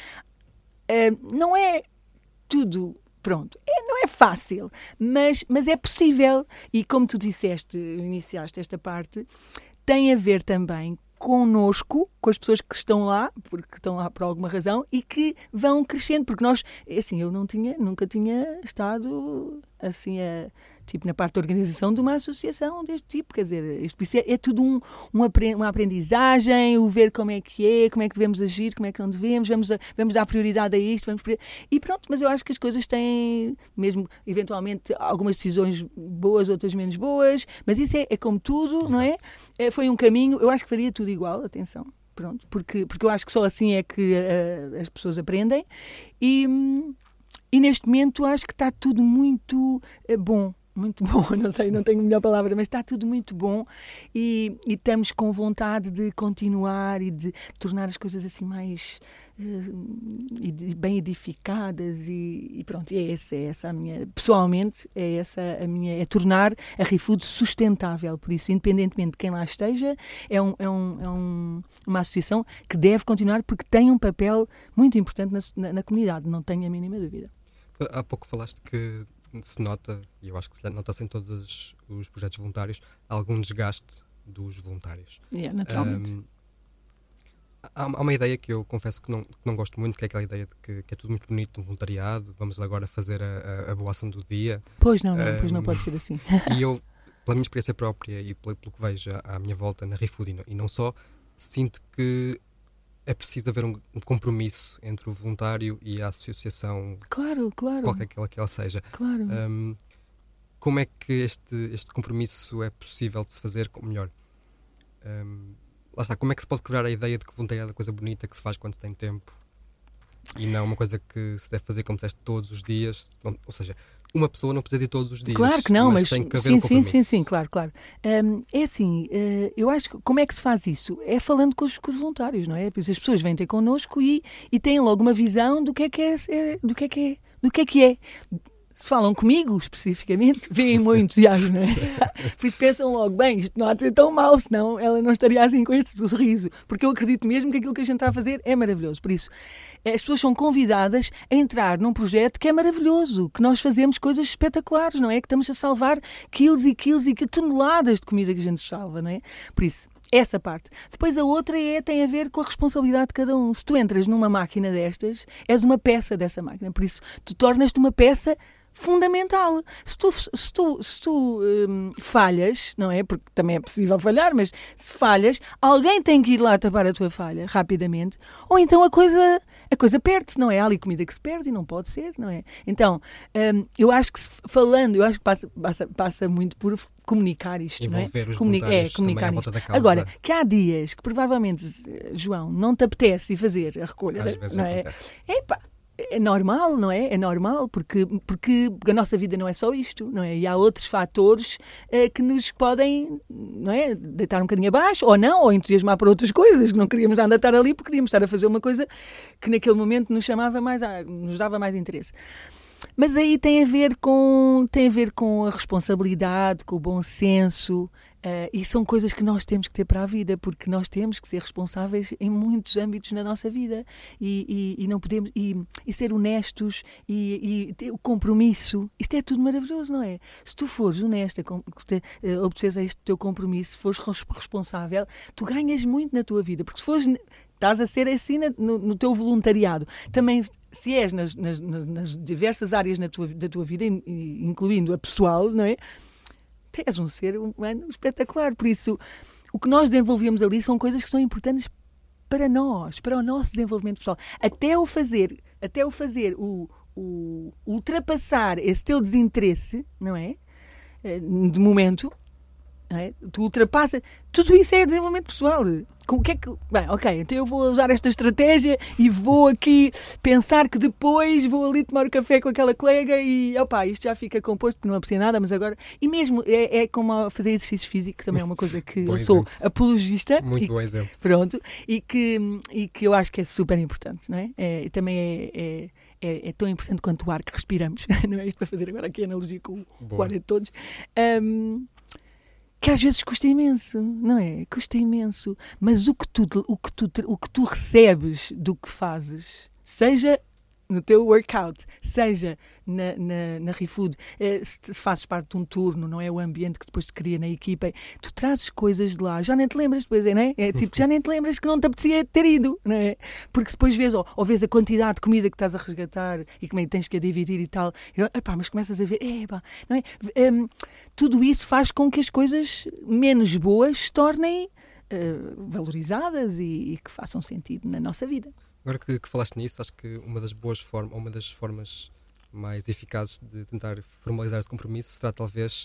um, não é tudo... Pronto, é, não é fácil, mas, mas é possível. E como tu disseste, iniciaste esta parte, tem a ver também connosco, com as pessoas que estão lá, porque estão lá por alguma razão, e que vão crescendo, porque nós, assim, eu não tinha, nunca tinha estado assim, a, tipo, na parte da organização de uma associação deste tipo, quer dizer, isto é, é tudo um, um, uma aprendizagem, o ver como é que é, como é que devemos agir, como é que não devemos, vamos, a, vamos dar prioridade a isto, vamos, e pronto, mas eu acho que as coisas têm, mesmo, eventualmente, algumas decisões boas, outras menos boas, mas isso é, é como tudo, Exato. Não é? é? Foi um caminho, eu acho que faria tudo igual, atenção, pronto, porque, porque eu acho que só assim é que uh, as pessoas aprendem, e... E neste momento acho que está tudo muito uh, bom, muito bom, não sei, não tenho a melhor palavra, mas está tudo muito bom e, e estamos com vontade de continuar e de tornar as coisas assim mais uh, bem edificadas e, e pronto, é essa, é essa a minha, pessoalmente, é essa a minha, é tornar a ReFood sustentável, por isso, independentemente de quem lá esteja, é, um, é, um, é um, uma associação que deve continuar porque tem um papel muito importante na, na, na comunidade, não tenho a mínima dúvida. Há pouco falaste que se nota, e eu acho que se nota-se em todos os projetos voluntários, algum desgaste dos voluntários. Yeah, naturalmente. Um, há, há uma ideia que eu confesso que não, que não gosto muito, que é aquela ideia de que, que é tudo muito bonito no voluntariado, vamos agora fazer a, a, a boa ação do dia. Pois não, não, um, pois não pode ser assim. E eu, pela minha experiência própria e pelo, pelo que vejo à minha volta na ReFood e não, e não só, sinto que é preciso haver um, um compromisso entre o voluntário e a associação, claro, claro. qualquer que ela, que ela seja. Claro. Um, como é que este, este compromisso é possível de se fazer com melhor? Um, lá está, como é que se pode quebrar a ideia de que o voluntariado é coisa bonita que se faz quando se tem tempo e não uma coisa que se deve fazer, como disseste, todos os dias? Ou seja, uma pessoa não precisa ir todos os dias. Claro que não, mas, mas tem que haver sim, um compromisso. Sim, sim, sim, claro, claro. Um, é assim, uh, eu acho que como é que se faz isso? É falando com os, com os voluntários, não é? Pois as pessoas vêm ter connosco e, e têm logo uma visão do que é que é, é, do que é que é, do que é que é. Se falam comigo, especificamente, veem o meu entusiasmo, não é? Por isso pensam logo, bem, isto não há de ser tão mau, senão ela não estaria assim com este sorriso. Porque eu acredito mesmo que aquilo que a gente está a fazer é maravilhoso. Por isso, as pessoas são convidadas a entrar num projeto que é maravilhoso, que nós fazemos coisas espetaculares, não é? Que estamos a salvar quilos e quilos e toneladas de comida que a gente salva, não é? Por isso, essa parte. Depois a outra é, tem a ver com a responsabilidade de cada um. Se tu entras numa máquina destas, és uma peça dessa máquina. Por isso, tu tornas-te uma peça fundamental. Se tu, se tu, se tu hum, falhas, não é? Porque também é possível falhar, mas se falhas, alguém tem que ir lá tapar a tua falha rapidamente, ou então a coisa, a coisa perde-se, não é? Há ali comida que se perde e não pode ser, não é? Então, hum, eu acho que falando, eu acho que passa, passa, passa muito por comunicar isto, envolver não é? os Comuni- voluntários é, comunicar também à isto. volta da causa. Agora, que há dias que provavelmente, João, não te apetece ir fazer a recolha, Às vezes não é? acontece. Epá, é normal, não é? É normal, porque, porque a nossa vida não é só isto, não é? E há outros fatores eh, que nos podem, não é? Deitar um bocadinho abaixo, ou não, ou entusiasmar para outras coisas, que não queríamos ainda estar ali, porque queríamos estar a fazer uma coisa que naquele momento nos chamava mais, a, nos dava mais interesse. Mas aí tem a ver com, tem a ver com a responsabilidade, com o bom senso, Uh, e são coisas que nós temos que ter para a vida, porque nós temos que ser responsáveis em muitos âmbitos na nossa vida e, e, e não podemos e, e ser honestos e, e ter o compromisso. Isto é tudo maravilhoso, não é? Se tu fores honesta, com, uh, obedeces a este teu compromisso, se fores responsável, tu ganhas muito na tua vida, porque se fores, estás a ser assim no, no teu voluntariado. Também, se és nas, nas, nas diversas áreas na tua, da tua vida, incluindo a pessoal, não é? Tu és um ser humano espetacular. Por isso, o que nós desenvolvemos ali são coisas que são importantes para nós, para o nosso desenvolvimento pessoal. Até o fazer, até o fazer, o, o ultrapassar esse teu desinteresse, não é? De momento, não é? Tu ultrapassa. Tudo isso é desenvolvimento pessoal. O que é que... Bem, ok, então eu vou usar esta estratégia e vou aqui pensar que depois vou ali tomar um café com aquela colega e, opá, isto já fica composto porque não aprecia nada, mas agora... E mesmo é, é como fazer exercício físico, que também é uma coisa que eu sou exemplo. apologista. Muito e, bom exemplo. Pronto, e que, e que eu acho que é super importante, não é? é também é... é É, é tão importante quanto o ar que respiramos, não é? Isto para fazer agora aqui a analogia com o, o ar de todos. Um, que às vezes custa imenso, não é? Custa imenso. Mas o que tu, o que tu, o que tu recebes do que fazes, seja no teu workout, seja na, na, na ReFood, eh, se, se fazes parte de um turno, não é? O ambiente que depois te cria na equipa, tu trazes coisas de lá, já nem te lembras depois, não é? É tipo, já nem te lembras que não te apetecia ter ido, não é? Porque depois vês, ou, ou vês a quantidade de comida que estás a resgatar e que meio tens que a dividir e tal, e, epá, mas começas a ver, epá, não é? Um, tudo isso faz com que as coisas menos boas se tornem uh, valorizadas e, e que façam sentido na nossa vida. Agora que, que falaste nisso, acho que uma das boas formas, uma das formas mais eficazes de tentar formalizar esse compromisso será talvez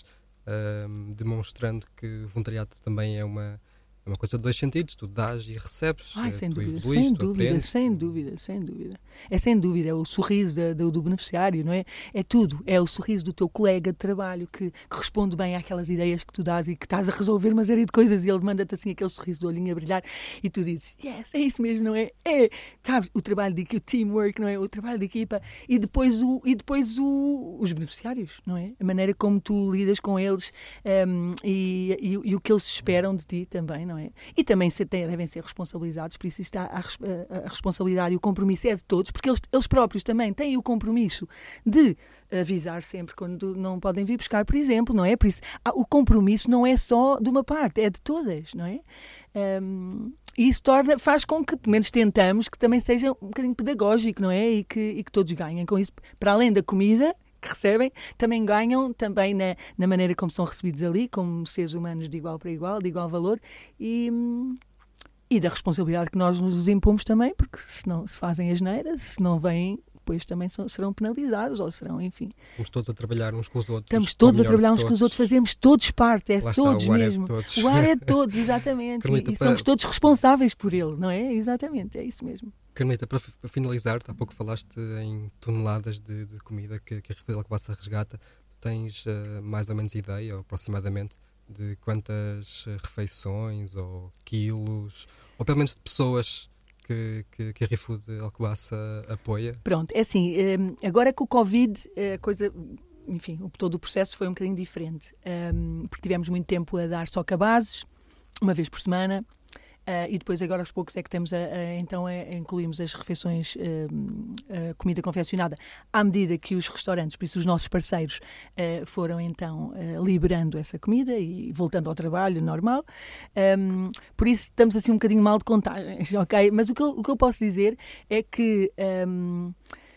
um, demonstrando que o voluntariado também é uma, é uma coisa de dois sentidos. Tu dás e recebes, Ai, sem tu dúvida, evoluís, sem tu dúvida, aprendes. sem tu... dúvida, sem dúvida. É sem dúvida, é o sorriso da, do, do beneficiário, não é? É tudo, é o sorriso do teu colega de trabalho que, que responde bem àquelas ideias que tu dás e que estás a resolver uma série de coisas e ele manda-te assim aquele sorriso do olhinho a brilhar e tu dizes, yes, é isso mesmo, não é? É, sabes, o trabalho de equipa, o teamwork, não é? O trabalho de equipa e depois, o, e depois o, os beneficiários, não é? A maneira como tu lidas com eles um, e, e, e o que eles esperam de ti também, não é? E também se tem, devem ser responsabilizados, por isso está a, a, a responsabilidade e o compromisso é de todos, porque eles, eles próprios também têm o compromisso de avisar sempre quando não podem vir buscar, por exemplo, não é? Por isso, o compromisso não é só de uma parte, é de todas, não é? Um, e isso torna, faz com que, pelo menos tentamos, que também seja um bocadinho pedagógico, não é? E que, e que todos ganhem com isso, para além da comida que recebem, também ganham também na, na maneira como são recebidos ali, como seres humanos de igual para igual, de igual valor, e... E da responsabilidade que nós nos impomos também, porque se, não, se fazem asneira, se não vêm, depois também são, serão penalizados, ou serão, enfim. Estamos todos a trabalhar uns com os outros. Estamos todos a trabalhar uns todos. com os outros, fazemos todos parte, é Lá todos está, o mesmo. Ar é de todos. O ar é de todos, exatamente. Carmelita, e e para... somos todos responsáveis por ele, não é? Exatamente, é isso mesmo. Carmelita, para, para finalizar, há pouco falaste em toneladas de, de comida que, que a ReFood Alcobaça resgata. Tens uh, mais ou menos ideia, ou aproximadamente, de quantas refeições ou quilos, ou pelo menos de pessoas que, que, que a ReFood Alcobaça apoia? Pronto, é assim, agora com o Covid, a coisa, enfim, todo o processo foi um bocadinho diferente, porque tivemos muito tempo a dar só cabazes, uma vez por semana, Uh, e depois agora aos poucos é que temos a, a, então a, a incluímos as refeições, uh, a comida confeccionada à medida que os restaurantes, por isso os nossos parceiros uh, foram então uh, liberando essa comida e voltando ao trabalho normal. Um, por isso estamos assim um bocadinho mal de contagens, ok? Mas o que eu, o que eu posso dizer é que um,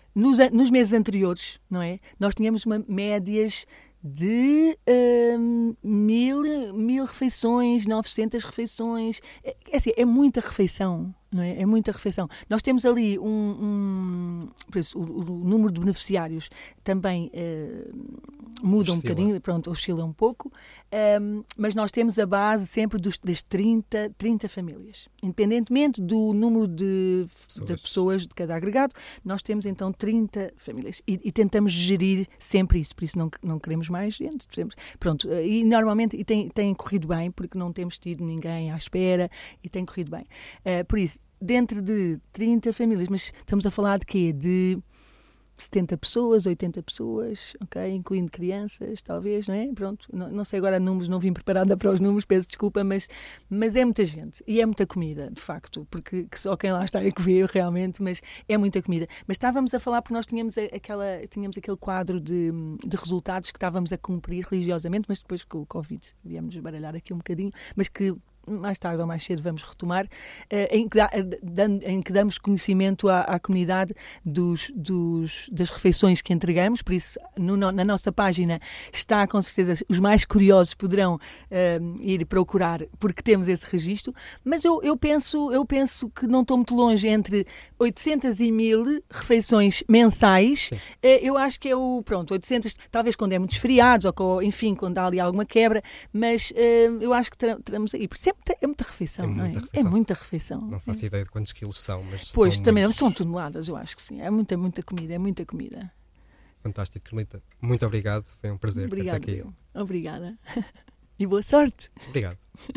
nos, nos meses anteriores, não é? Nós tínhamos uma, médias de uh, mil, mil refeições, novecentas refeições. É, é, assim, é muita refeição, não é? É muita refeição. Nós temos ali um... um por isso, o, o número de beneficiários também uh, muda oscila. um bocadinho, pronto, oscila um pouco, um, mas nós temos a base sempre dos, das trinta, trinta famílias. Independentemente do número de pessoas. de pessoas de cada agregado, nós temos então trinta famílias e, e tentamos gerir sempre isso, por isso não, não queremos mais gente. Pronto, e normalmente e tem, tem corrido bem, porque não temos tido ninguém à espera e tem corrido bem. Uh, por isso, dentro de trinta famílias, mas estamos a falar de quê? De setenta pessoas, oitenta pessoas, ok? Incluindo crianças, talvez, não é? Pronto, não, não sei agora números, não vim preparada para os números, peço desculpa, mas, mas é muita gente e é muita comida, de facto, porque que só quem lá está é que vê realmente, mas é muita comida. Mas estávamos a falar porque nós tínhamos, aquela, tínhamos aquele quadro de, de resultados que estávamos a cumprir religiosamente, mas depois com o Covid viemos baralhar aqui um bocadinho, mas que mais tarde ou mais cedo vamos retomar, em que, dá, em que damos conhecimento à, à comunidade dos, dos, das refeições que entregamos, por isso no, na nossa página está com certeza, os mais curiosos poderão uh, ir procurar porque temos esse registro, mas eu, eu, penso, eu penso que não estou muito longe entre oitocentas e mil refeições mensais. Uh, eu acho que é o, pronto, oitocentas, talvez quando é muitos feriados ou enfim, quando há ali alguma quebra, mas uh, eu acho que teremos aí, por sempre é muita refeição, é muita, não é? refeição. É muita refeição. Não faço é. ideia de quantos quilos são, mas pois, são também muitos. São toneladas, eu acho que sim. É muita, muita comida, é muita comida. Fantástico, Carlita. Muito obrigado, foi um prazer Obrigada, ter-te aqui. Obrigada. E boa sorte. Obrigado.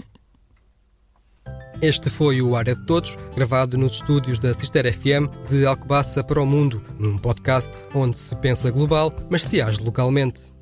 Este foi o Ar é de Todos, gravado nos estúdios da Cister F M de Alcobaça para o Mundo, num podcast onde se pensa global, mas se age localmente.